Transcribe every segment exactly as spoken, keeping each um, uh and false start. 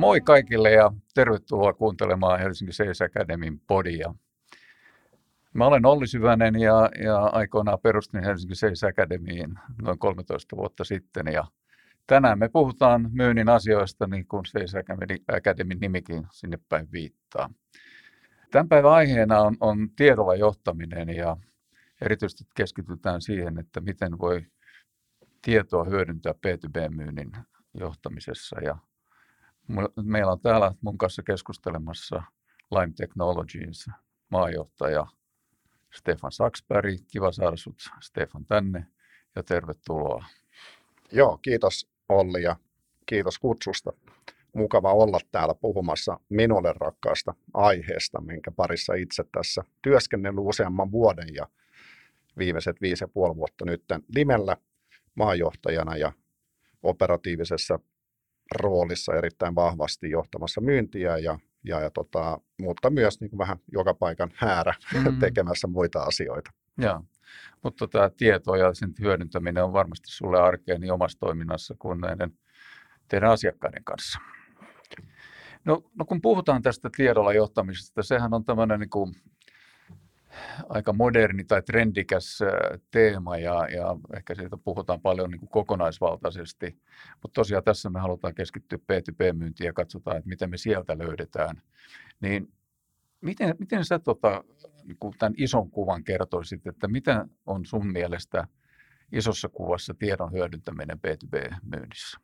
Moi kaikille ja tervetuloa kuuntelemaan Helsinki Sales Academyn podia. Mä olen Olli Syvänen ja, ja aikoinaan perustin Helsinki Sales Academyin noin kolmetoista vuotta sitten. Ja tänään me puhutaan myynnin asioista, niin kuin Sales Academyn nimikin sinne päin viittaa. Tämän päivän aiheena on, on tiedolla johtaminen ja erityisesti keskitytään siihen, että miten voi tietoa hyödyntää B to B-myynnin johtamisessa. Ja meillä on täällä mun kanssa keskustelemassa Lime Technologies maajohtaja Stefan Saksberg. Kiva saada sut, Stefan, tänne ja tervetuloa. Joo, kiitos Olli ja kiitos kutsusta. Mukava olla täällä puhumassa minulle rakkaasta aiheesta, minkä parissa itse tässä työskennellyt useamman vuoden ja viimeiset viisi ja puoli vuotta nyt Limellä maajohtajana ja operatiivisessa roolissa erittäin vahvasti johtamassa myyntiä ja, ja, ja tota, mutta myös niin kuin vähän joka paikan häärä mm. tekemässä muita asioita. Joo, mutta tämä tieto ja sen hyödyntäminen on varmasti sulle arkea niin omassa toiminnassa kuin näiden teidän asiakkaiden kanssa. No, no kun puhutaan tästä tiedolla johtamisesta, sehän on tämmöinen niin kuin aika moderni tai trendikäs teema ja, ja ehkä siitä puhutaan paljon niin kuin kokonaisvaltaisesti, mutta tosiaan tässä me halutaan keskittyä B to B-myyntiin ja katsotaan, että miten me sieltä löydetään. Niin miten, miten sä tota, niin kuin tämän ison kuvan kertoisit, että miten on sun mielestä isossa kuvassa tiedon hyödyntäminen B to B-myynnissä?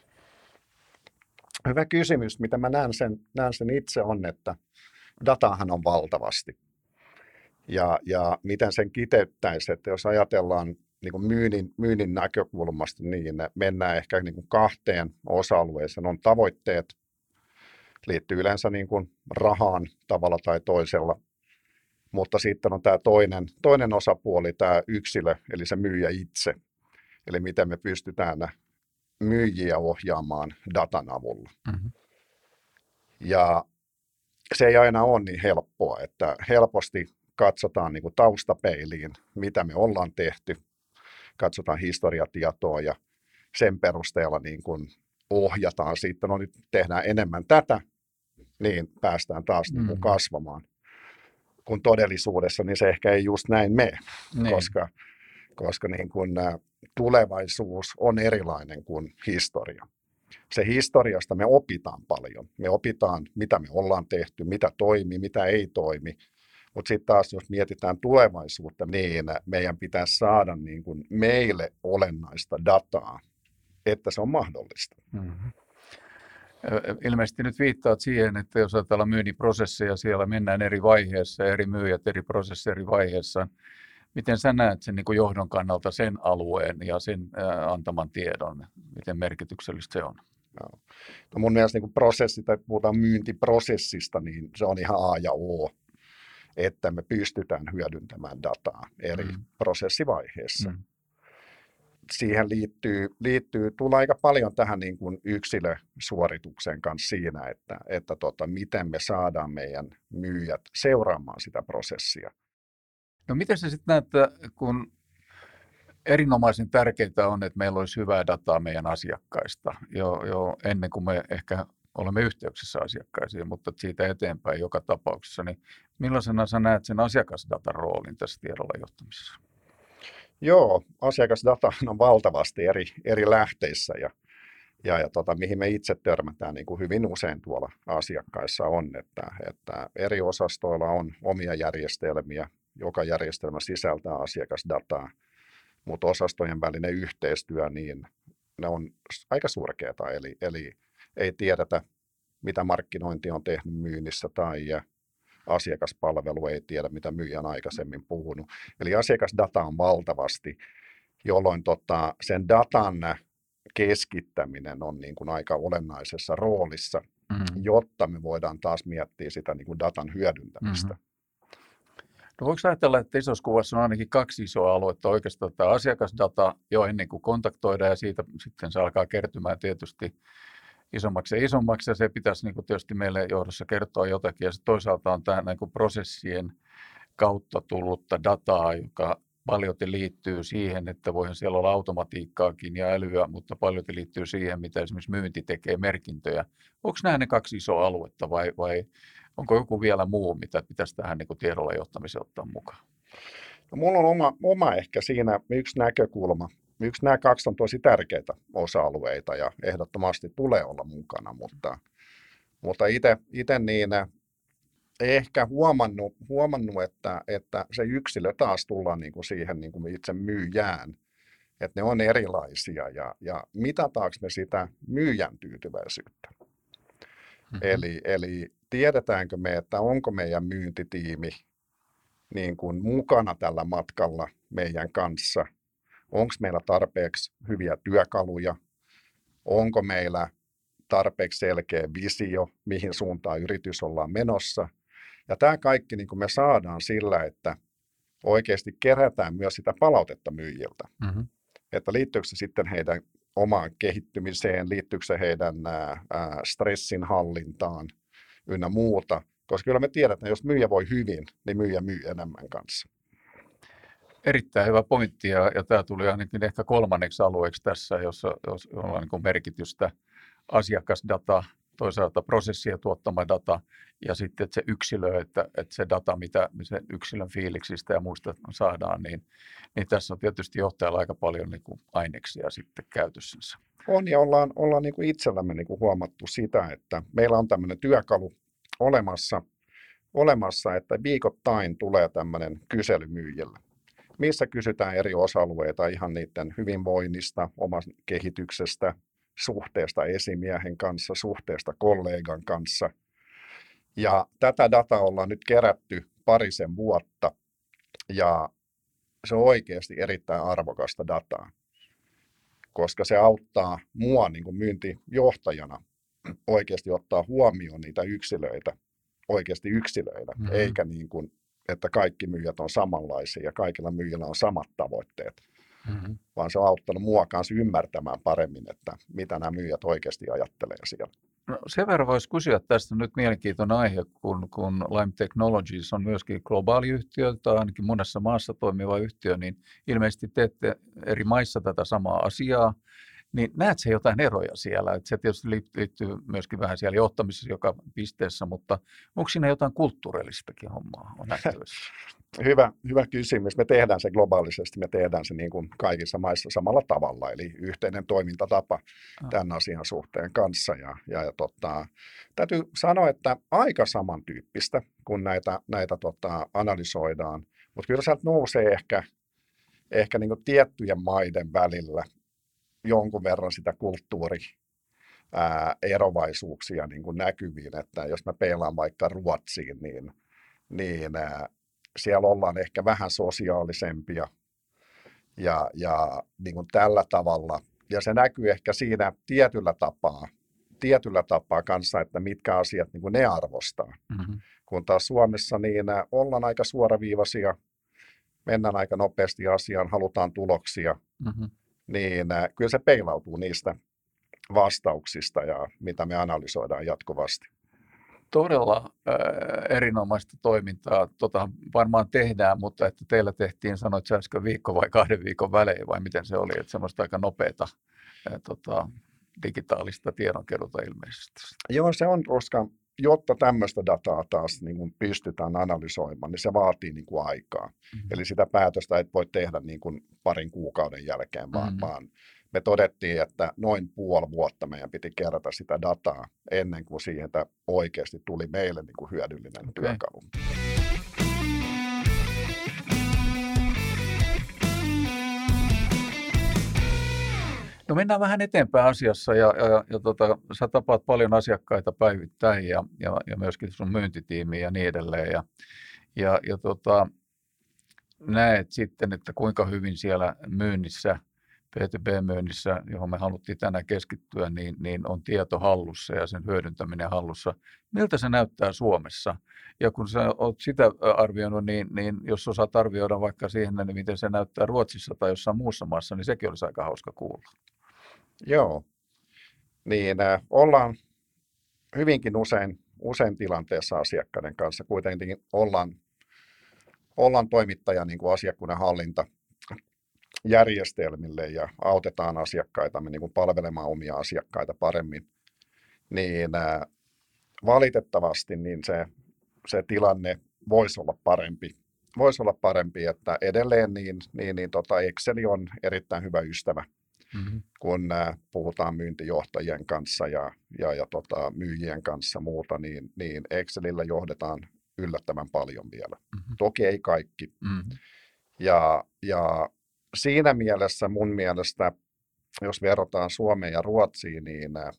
Hyvä kysymys. Mitä mä näen sen, näen sen itse on, että dataahan on valtavasti. Ja, ja miten sen kiteyttäisi, että jos ajatellaan niin kuin myynnin, myynnin näkökulmasta, niin mennään ehkä niin kuin kahteen osa-alueeseen. On tavoitteet, liittyy yleensä niin kuin rahaan tavalla tai toisella, mutta sitten on tämä toinen, toinen osapuoli, tämä yksilö, eli se myyjä itse. Eli miten me pystytään myyjiä ohjaamaan datan avulla. Mm-hmm. Ja se ei aina ole niin helppoa, että helposti katsotaan niin kuin taustapeiliin, mitä me ollaan tehty, katsotaan historiatietoa ja sen perusteella niin kuin ohjataan sitten, no nyt tehdään enemmän tätä, niin päästään taas mm. niin kuin kasvamaan. Kun todellisuudessa niin se ehkä ei just näin mene, niin. koska, koska niin kuin tulevaisuus on erilainen kuin historia. Se historiasta me opitaan paljon. Me opitaan, mitä me ollaan tehty, mitä toimii, mitä ei toimi. Mutta sitten taas, jos mietitään tulevaisuutta, niin meidän pitää saada niin kuin meille olennaista dataa, että se on mahdollista. Mm-hmm. Ilmeisesti nyt viittaat siihen, että jos ajatellaan myynnin prosesseja, siellä mennään eri vaiheessa, eri myyjät eri prosesseja eri vaiheessa. Miten sä näet sen niin kuin johdon kannalta sen alueen ja sen ää, antaman tiedon? Miten merkityksellistä se on? No, no mun mielestä niin kuin prosessi, tai puhutaan myyntiprosessista, niin se on ihan A ja O, että me pystytään hyödyntämään dataa eri mm. prosessivaiheissa. Mm. Siihen liittyy, liittyy, tulee aika paljon tähän niin kuin yksilösuorituksen kanssa siinä, että, että tota, miten me saadaan meidän myyjät seuraamaan sitä prosessia. No miten sä sitten näet, kun erinomaisen tärkeää on, että meillä olisi hyvää dataa meidän asiakkaista jo, jo ennen kuin me ehkä olemme yhteyksissä asiakkaisiin, mutta siitä eteenpäin joka tapauksessa, niin millaisena sä näet sen asiakasdatan roolin tässä tiedolla johtamisessa? Joo, asiakasdata on valtavasti eri, eri lähteissä ja, ja, ja tota, mihin me itse törmätään niin kuin hyvin usein tuolla asiakkaissa on, että, että eri osastoilla on omia järjestelmiä, joka järjestelmä sisältää asiakasdataa, mutta osastojen välinen yhteistyö, niin ne on aika surkeata, eli, eli ei tiedetä, mitä markkinointi on tehnyt myynnissä tai asiakaspalvelu ei tiedä, mitä myyjä on aikaisemmin puhunut. Eli asiakasdata on valtavasti, jolloin tota, sen datan keskittäminen on niin kuin aika olennaisessa roolissa, mm-hmm. jotta me voidaan taas miettiä sitä niin kuin datan hyödyntämistä. Mm-hmm. No voiko ajatella, että isossa kuvassa on ainakin kaksi isoa aluetta, oikeastaan tämä asiakasdata jo ennen kuin kontaktoidaan ja siitä sitten se alkaa kertymään tietysti isommaksi ja isommaksi ja se pitäisi niin kuin tietysti meille johdossa kertoa jotakin ja toisaalta on tämä niin kuin prosessien kautta tullutta dataa, joka paljolti liittyy siihen, että voihan siellä olla automatiikkaakin ja älyä, mutta paljolti liittyy siihen, mitä esimerkiksi myynti tekee merkintöjä. Onko nämä ne kaksi isoa aluetta vai, vai onko joku vielä muu, mitä pitäisi tähän niin kuin tiedolla johtamiseen ottaa mukaan? No, mulla on oma, oma ehkä siinä yksi näkökulma. Yksi nämä kaksi on tosi tärkeitä osa-alueita ja ehdottomasti tulee olla mukana, mutta, mutta itse niin ehkä huomannut, huomannut että, että se yksilö taas tullaan niin kuin siihen niin kuin itse myyjään, että ne on erilaisia ja, ja mitataanko me sitä myyjän tyytyväisyyttä. Mm-hmm. Eli, eli tiedetäänkö me, että onko meidän myyntitiimi niin kuin mukana tällä matkalla meidän kanssa, onko meillä tarpeeksi hyviä työkaluja, onko meillä tarpeeksi selkeä visio, mihin suuntaan yritys ollaan menossa. Ja tämä kaikki niin kuin me saadaan sillä, että oikeasti kerätään myös sitä palautetta myyjiltä. Mm-hmm. Että liittyykö se sitten heidän omaan kehittymiseen, liittyykö se heidän ää, ää, stressin hallintaan ynnä muuta. Koska kyllä me tiedetään, että jos myyjä voi hyvin, niin myyjä myy enemmän kanssa. Erittäin hyvä pointti, ja, ja tämä tuli ainakin ehkä kolmanneksi alueeksi tässä, jossa, jossa on niin kuin merkitystä asiakasdata, toisaalta prosessia tuottama data, ja sitten että se yksilö, että, että se data, mitä se yksilön fiiliksistä ja muista saadaan, niin, niin tässä on tietysti johtajalla aika paljon niin kuin aineksia sitten käytössänsä. On, ja ollaan, ollaan niin kuin itsellämme niin kuin huomattu sitä, että meillä on tämmöinen työkalu olemassa, olemassa, että viikoittain tulee tämmöinen kysely myyjille, missä kysytään eri osa-alueita ihan niiden hyvinvoinnista, oman kehityksestä, suhteesta esimiehen kanssa, suhteesta kollegan kanssa. Ja tätä dataa ollaan nyt kerätty parisen vuotta, ja se on oikeasti erittäin arvokasta dataa, koska se auttaa mua niin kuin myyntijohtajana oikeasti ottaa huomioon niitä yksilöitä, oikeasti yksilöitä, mm-hmm. eikä niin kuin, että kaikki myyjät on samanlaisia ja kaikilla myyjillä on samat tavoitteet, mm-hmm. vaan se on auttanut mua kanssa ymmärtämään paremmin, että mitä nämä myyjät oikeasti ajattelee siellä. No, sen verran voisi kysyä tästä nyt mielenkiintoinen aihe, kun, kun Lime Technologies on myöskin globaali yhtiö, tai ainakin monessa maassa toimiva yhtiö, niin ilmeisesti teette eri maissa tätä samaa asiaa. Niin näet sä jotain eroja siellä? Että se tietysti liittyy myöskin vähän siellä johtamisessa joka pisteessä, mutta onko siinä jotain kulttuurillistakin hommaa on nähtävissä? Hyvä, hyvä kysymys. Me tehdään se globaalisesti, me tehdään se niin kuin kaikissa maissa samalla tavalla, eli yhteinen toimintatapa ah. tämän asian suhteen kanssa. Ja, ja, ja tota, täytyy sanoa, että aika samantyyppistä, kun näitä, näitä tota, analysoidaan, mutta kyllä sieltä nousee ehkä, ehkä niin kuin tiettyjen maiden välillä jonkun verran sitä kulttuurierovaisuuksia niin kuin näkyviin, että jos mä peilaan vaikka Ruotsiin, niin, niin ää, siellä ollaan ehkä vähän sosiaalisempia ja, ja niin kuin tällä tavalla, ja se näkyy ehkä siinä tietyllä tapaa, tietyllä tapaa kanssa, että mitkä asiat niin kuin ne arvostaa, mm-hmm. kun taas Suomessa niin ää, ollaan aika suoraviivaisia, mennään aika nopeasti asiaan, halutaan tuloksia, mm-hmm. niin äh, kyllä se peilautuu niistä vastauksista ja mitä me analysoidaan jatkuvasti. Todella äh, erinomaista toimintaa. Tota varmaan tehdään, mutta että teillä tehtiin, sanoit sä äsken viikko vai kahden viikon välein vai miten se oli, että semmoista aika nopeata äh, tota, digitaalista tiedonkeruuta ilmeisesti. Joo, se on, koska jotta tämmöistä dataa taas niin kuin pystytään analysoimaan, niin se vaatii niin kuin aikaa. Mm-hmm. Eli sitä päätöstä et voi tehdä niin kuin parin kuukauden jälkeen, vaan, mm-hmm. vaan me todettiin, että noin puoli vuotta meidän piti kerätä sitä dataa ennen kuin siitä oikeasti tuli meille niin kuin hyödyllinen okay. työkalu. No mennään vähän eteenpäin asiassa ja, ja, ja tota, sä tapaat paljon asiakkaita päivittäin ja, ja, ja myöskin sun myyntitiimiä ja niin edelleen. Ja, ja, ja tota, näet sitten, että kuinka hyvin siellä myynnissä, B two B-myynnissä, johon me haluttiin tänään keskittyä, niin, niin on tieto hallussa ja sen hyödyntäminen hallussa. Miltä se näyttää Suomessa? Ja kun sä oot sitä arvioinut, niin, niin jos osaat arvioida vaikka siihen, niin miten se näyttää Ruotsissa tai jossain muussa maassa, niin sekin olisi aika hauska kuulla. Joo, niin äh, ollaan hyvinkin usein, usein tilanteessa asiakkaiden kanssa. Kuitenkin ollaan, ollaan toimittaja niin kuin asiakkuuden hallinta järjestelmille ja autetaan asiakkaitamme niin kuin palvelemaan omia asiakkaita paremmin, niin ää, valitettavasti niin se, se tilanne voisi olla parempi. Voisi olla parempi, että edelleen niin, niin, niin tota Excel on erittäin hyvä ystävä, Mm-hmm. kun ää, puhutaan myyntijohtajien kanssa ja, ja, ja tota, myyjien kanssa muuta, niin, niin Excelillä johdetaan yllättävän paljon vielä. Mm-hmm. Toki ei kaikki. Mm-hmm. Ja, ja siinä mielessä mun mielestä, jos verrataan Suomeen ja Ruotsiin, niin ää,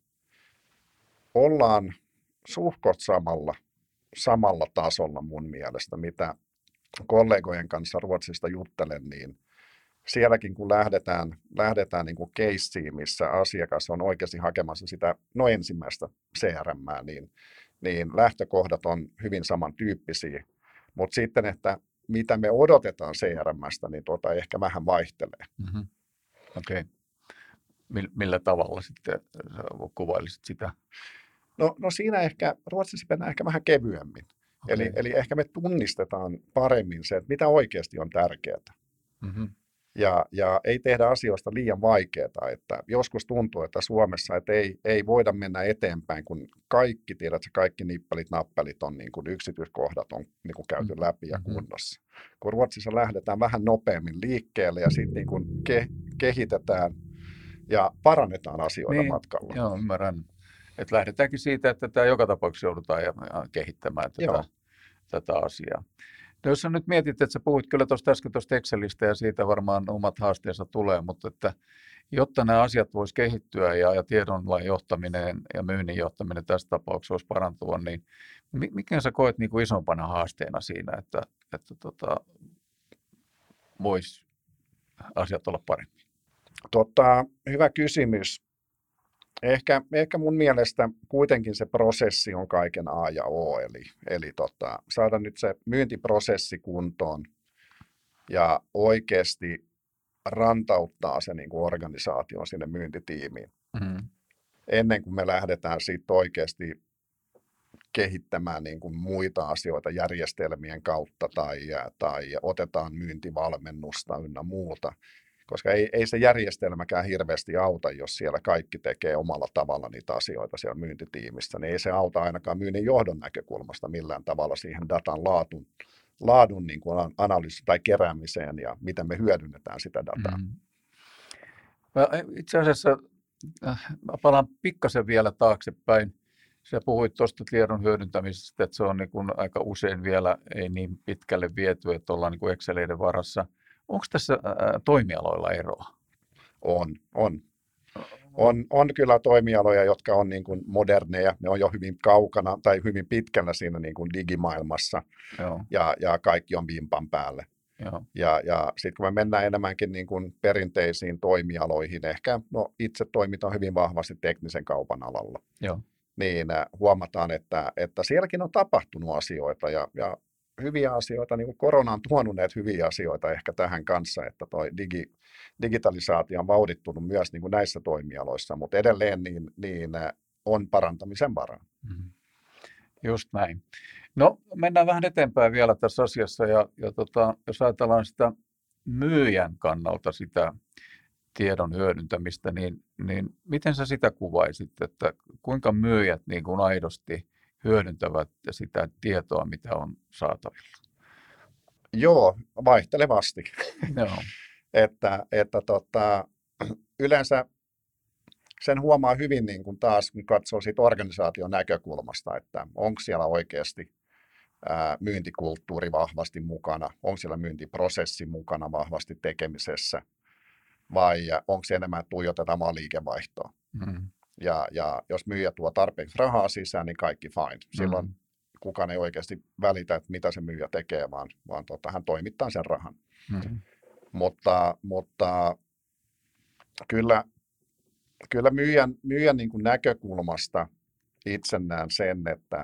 ollaan suhkot samalla, samalla tasolla mun mielestä, mitä kollegojen kanssa Ruotsista juttelen, niin sielläkin kun lähdetään, lähdetään niin kuin keissiin, missä asiakas on oikeasti hakemassa sitä no ensimmäistä C R M, niin, niin lähtökohdat on hyvin samantyyppisiä, mutta sitten, että mitä me odotetaan C R M:stä, niin tuota ehkä vähän vaihtelee. Mm-hmm. Okei. Okay. Millä tavalla sitten kuvailisit sitä? No, no siinä ehkä, Ruotsissa mennään ehkä vähän kevyemmin. Okay. Eli, eli ehkä me tunnistetaan paremmin se, että mitä oikeasti on tärkeää. Mm-hmm. Ja, ja ei tehdä asioista liian vaikeaa. Että joskus tuntuu, että Suomessa että ei, ei voida mennä eteenpäin, kun kaikki, tiedät, kaikki nippelit, nappelit on niin kuin yksityiskohdat on niin kuin käyty läpi ja kunnossa. Kun Ruotsissa lähdetään vähän nopeammin liikkeelle ja sitten niin kuin ke, kehitetään ja parannetaan asioita niin, matkalla. Joo, ymmärrän. Että lähdetäänkin siitä, että tämä joka tapauksessa joudutaan ja, ja kehittämään tätä, tätä asiaa. No jos sä nyt mietit, että sä puhuit kyllä tuosta äsken tuosta Excelistä ja siitä varmaan omat haasteensa tulee, mutta että jotta nämä asiat voisi kehittyä ja, ja tiedonlain johtaminen ja myynnin johtaminen tässä tapauksessa voisi parantua, niin mikä sä koet niin kuin isompana haasteena siinä, että, että tota, voisi asiat olla paremmin? Tota, hyvä kysymys. Ehkä, ehkä mun mielestä kuitenkin se prosessi on kaiken A ja O, eli, eli tota, saada nyt se myyntiprosessi kuntoon ja oikeasti rantauttaa se niin kuin organisaation sinne myyntitiimiin. Mm-hmm. Ennen kuin me lähdetään siitä oikeasti kehittämään niin kuin muita asioita järjestelmien kautta tai, tai otetaan myyntivalmennusta ynnä muuta. Koska ei, ei se järjestelmäkään hirveästi auta, jos siellä kaikki tekee omalla tavalla niitä asioita siellä myyntitiimissä, niin ei se auta ainakaan myynnin johdon näkökulmasta millään tavalla siihen datan laadun, laadun niin kuin analyysi tai keräämiseen ja miten me hyödynnetään sitä dataa. Mm. Itse asiassa mä palaan pikkasen vielä taaksepäin. Sä puhuit tuosta tiedon hyödyntämisestä, että se on niin kuin aika usein vielä ei niin pitkälle viety, että ollaan niin kuin Exceleiden varassa. Onko tässä ää, toimialoilla eroa? On, on. On, on kyllä toimialoja, jotka on niin kuin moderneja, ne on jo hyvin kaukana tai hyvin pitkällä siinä niin kuin digimaailmassa. Joo. Ja, ja kaikki on vimpan päälle. Joo. Ja, ja sitten kun me mennään enemmänkin niin kuin perinteisiin toimialoihin, ehkä no, itse toimitaan hyvin vahvasti teknisen kaupan alalla, Joo. niin huomataan, että, että sielläkin on tapahtunut asioita ja, ja hyviä asioita, niin kuin korona on tuonut näitä hyviä asioita ehkä tähän kanssa, että toi digi, digitalisaatio on vauhdittunut myös niin kuin näissä toimialoissa, mutta edelleen niin, niin on parantamisen varaa. Mm-hmm. Just näin. No mennään vähän eteenpäin vielä tässä asiassa ja, ja tota, jos ajatellaan sitä myyjän kannalta sitä tiedon hyödyntämistä, niin, niin miten sä sitä kuvaisit, että kuinka myyjät niin kuin aidosti hyödyntävät sitä tietoa, mitä on saatavilla? Joo, vaihtelevasti. Joo. että, että tota, yleensä sen huomaa hyvin niin kuin taas, kun katsoo siitä organisaation näkökulmasta, että onko siellä oikeasti ää, myyntikulttuuri vahvasti mukana, onko siellä myyntiprosessi mukana vahvasti tekemisessä, vai onko se enemmän tuijotetaan vaan liikevaihtoa. Mm. Ja, ja jos myyjä tuo tarpeeksi rahaa sisään, niin kaikki fine. Silloin mm. kukaan ei oikeasti välitä, että mitä se myyjä tekee, vaan, vaan tota, hän toimittaa sen rahan. Mm. Mutta, mutta kyllä, kyllä myyjän, myyjän niin kuin näkökulmasta itse näen sen, että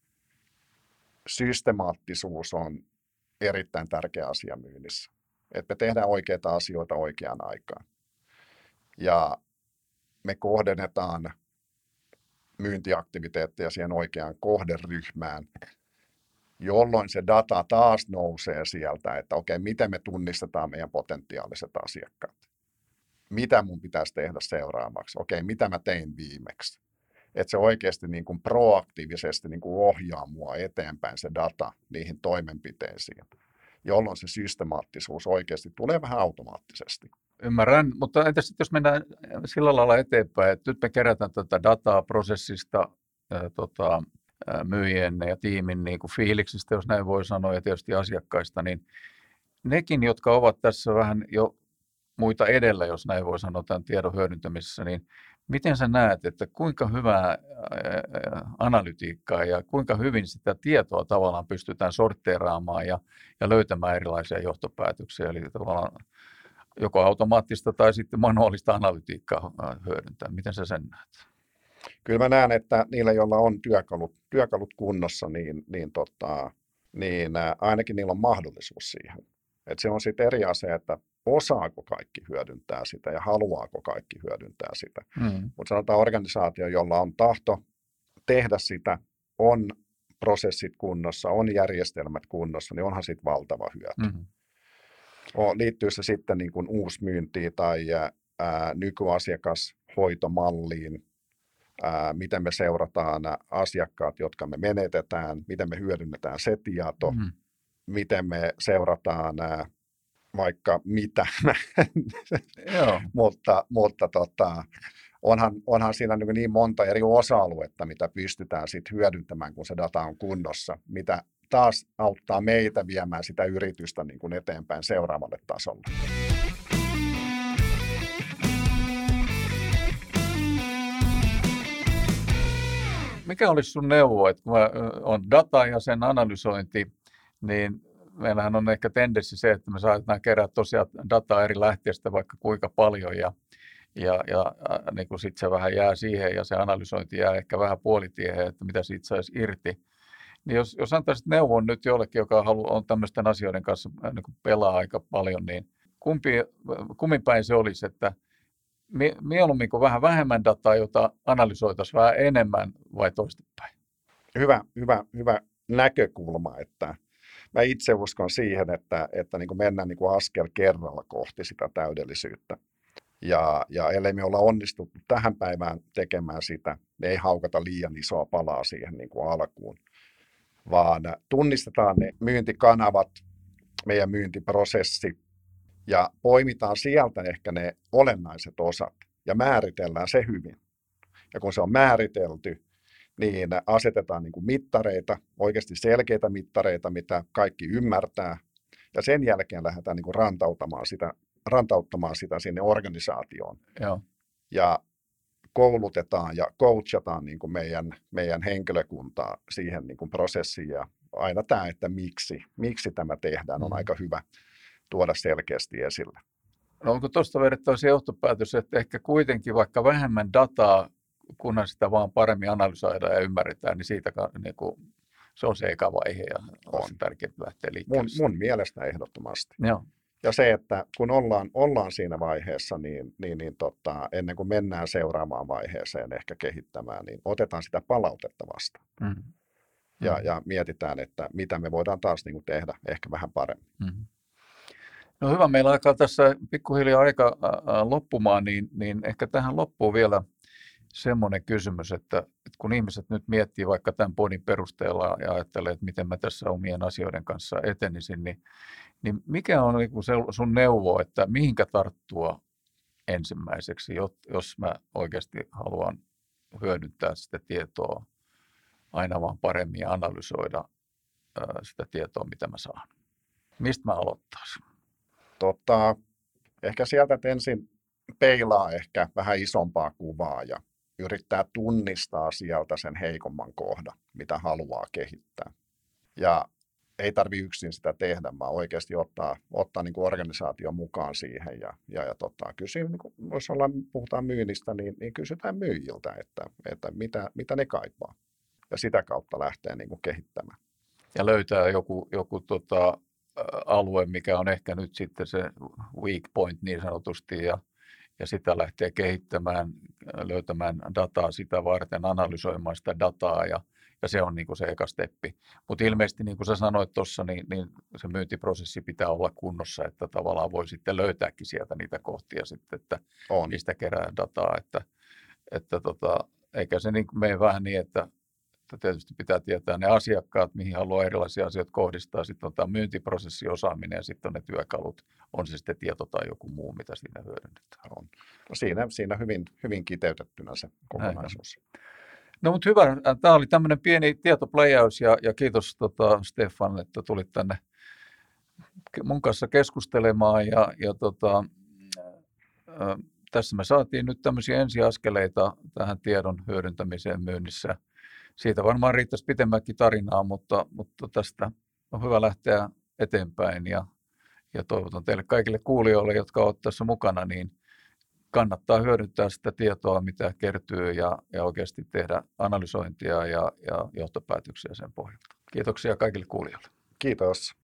systemaattisuus on erittäin tärkeä asia myynnissä. Että me tehdään oikeita asioita oikeaan aikaan. Ja me kohdennetaan myyntiaktiviteetteja siihen oikeaan kohderyhmään jolloin se data taas nousee sieltä, että okei, miten me tunnistetaan meidän potentiaaliset asiakkaat. Mitä mun pitäisi tehdä seuraavaksi? Okei, mitä mä tein viimeksi? Että se oikeasti niin kuin proaktiivisesti niin kuin ohjaa mua eteenpäin se data niihin toimenpiteisiin, jolloin se systemaattisuus oikeasti tulee vähän automaattisesti. Ymmärrän, mutta entäs sitten jos mennään sillä lailla eteenpäin, että nyt me kerätään tätä dataa prosessista, ää, tota, ää, myyjien ja tiimin niin kuin fiiliksistä, jos näin voi sanoa, ja tietysti asiakkaista, niin nekin, jotka ovat tässä vähän jo muita edellä, jos näin voi sanoa, tämän tiedon hyödyntämisessä, niin miten sä näet, että kuinka hyvää ää, analytiikkaa ja kuinka hyvin sitä tietoa tavallaan pystytään sortteeraamaan ja, ja löytämään erilaisia johtopäätöksiä, eli tavallaan joko automaattista tai sitten manuaalista analytiikkaa hyödyntää. Miten sä sen näet? Kyllä mä näen, että niillä, joilla on työkalut, työkalut kunnossa, niin, niin, tota, niin ää, ainakin niillä on mahdollisuus siihen. Et se on sitten eri asia, että osaako kaikki hyödyntää sitä ja haluaako kaikki hyödyntää sitä. Mm. Mutta sanotaan organisaatio, jolla on tahto tehdä sitä, on prosessit kunnossa, on järjestelmät kunnossa, niin onhan siitä valtava hyöty. Mm. Liittyy se sitten niin kuin uusmyyntiin tai ää, nykyasiakashoitomalliin, ää, miten me seurataan asiakkaat, jotka me menetetään, miten me hyödynnetään se tieto, mm. miten me seurataan ää, vaikka mitä, mutta, mutta tota, onhan, onhan siinä niin, niin monta eri osa-aluetta, mitä pystytään sit hyödyntämään, kun se data on kunnossa, mitä taas auttaa meitä viemään sitä yritystä niin kuin eteenpäin seuraavalle tasolle. Mikä olisi sun neuvo, että kun on data ja sen analysointi, niin meillähän on ehkä tendenssi se, että me saadaan kerätä tosiaan dataa eri lähteistä vaikka kuinka paljon ja, ja, ja niin kuin sit se vähän jää siihen ja se analysointi jää ehkä vähän puolitiehen, että mitä siitä saisi irti. Niin jos, jos antaisit neuvon nyt jollekin, joka haluaa, on tämmöisten asioiden kanssa niin kuin pelaa aika paljon, niin kumpi, kummin päin se olisi, että mieluummin kuin vähän vähemmän dataa, jota analysoitaisiin vähän enemmän vai toistepäin? Hyvä, hyvä, hyvä näkökulma, että mä itse uskon siihen, että, että niin kuin mennään niin kuin askel kerralla kohti sitä täydellisyyttä. Ja, ja ellei me olla onnistuttu tähän päivään tekemään sitä, ne ei haukata liian isoa palaa siihen niin kuin alkuun, vaan tunnistetaan ne myyntikanavat, meidän myyntiprosessi ja poimitaan sieltä ehkä ne olennaiset osat ja määritellään se hyvin. Ja kun se on määritelty, niin asetetaan niin kuin mittareita, oikeasti selkeitä mittareita, mitä kaikki ymmärtää, ja sen jälkeen lähdetään niin kuin rantauttamaan sitä, rantauttamaan sitä sinne organisaatioon. Joo. Ja koulutetaan ja coachataan niin kuin meidän, meidän henkilökuntaa siihen niin kuin prosessiin, ja aina tämä, että miksi, miksi tämä tehdään, on mm. aika hyvä tuoda selkeästi esille. No onko tuosta vedettävä se johtopäätös, että ehkä kuitenkin vaikka vähemmän dataa, kunhan sitä vaan paremmin analysoidaan ja ymmärretään, niin siitä niin kuin, se on se eka vaihe ja on, on tärkeää lähteä liikkeelle. Mun, mun mielestä ehdottomasti. Joo. Ja se, että kun ollaan, ollaan siinä vaiheessa, niin, niin, niin tota, ennen kuin mennään seuraavaan vaiheeseen ehkä kehittämään, niin otetaan sitä palautetta vastaan. Mm. Ja, ja mietitään, että mitä me voidaan taas niin kuin tehdä ehkä vähän paremmin. Mm. No hyvä, meillä alkaa tässä pikkuhiljaa aika loppumaan, niin, niin ehkä tähän loppuu vielä semmoinen kysymys, että, että kun ihmiset nyt miettii vaikka tämän podin perusteella ja ajattelee, että miten mä tässä omien asioiden kanssa etenisin, niin, niin mikä on niin se sun neuvo, että mihinkä tarttua ensimmäiseksi, jos mä oikeasti haluan hyödyntää sitä tietoa aina vaan paremmin ja analysoida sitä tietoa, mitä mä saan. Mistä mä aloittaisin? Tota, ehkä sieltä, että ensin peilaa ehkä vähän isompaa kuvaa ja yrittää tunnistaa sieltä sen heikomman kohdan, mitä haluaa kehittää. Ja ei tarvitse yksin sitä tehdä, vaan oikeasti ottaa, ottaa niin kuin organisaation mukaan siihen. Ja, ja, ja tota, kysyä, niin kuin, jos ollaan, puhutaan myynnistä, niin, niin kysytään myyjiltä, että, että mitä, mitä ne kaipaa. Ja sitä kautta lähtee niin kuin kehittämään. Ja löytää joku, joku tota, alue, mikä on ehkä nyt sitten se weak point niin sanotusti, ja, ja sitä lähtee kehittämään, löytämään dataa sitä varten, analysoimaan sitä dataa ja, ja se on niin kuin se eka steppi. Mutta ilmeisesti, niin kuin sä sanoit tuossa, niin, niin se myyntiprosessi pitää olla kunnossa, että tavallaan voi sitten löytääkin sieltä niitä kohtia sitten, että On. mistä kerää dataa, että, että tota, eikä se niin mene vähän niin, että että tietysti pitää tietää ne asiakkaat, mihin haluaa erilaisia asioita kohdistaa. Sitten on tämä myyntiprosessiosaaminen ja sitten on ne työkalut. On se sitten tieto tai joku muu, mitä siinä hyödynnetään. On. No siinä, siinä hyvin, hyvin kiteytettynä se kokonaisuus. Näin. No mutta hyvä. Tämä oli tämmöinen pieni tietopläjäys ja, ja kiitos tota, Stefan, että tulit tänne mun kanssa keskustelemaan. Ja, ja tota, ä, tässä me saatiin nyt tämmöisiä ensiaskeleita tähän tiedon hyödyntämiseen myynnissä. Siitä varmaan riittäisi pitemmänkin tarinaa, mutta, mutta tästä on hyvä lähteä eteenpäin ja, ja toivotan teille kaikille kuulijoille, jotka ovat tässä mukana, niin kannattaa hyödyntää sitä tietoa, mitä kertyy ja, ja oikeasti tehdä analysointia ja, ja johtopäätöksiä sen pohjalta. Kiitoksia kaikille kuulijoille. Kiitos.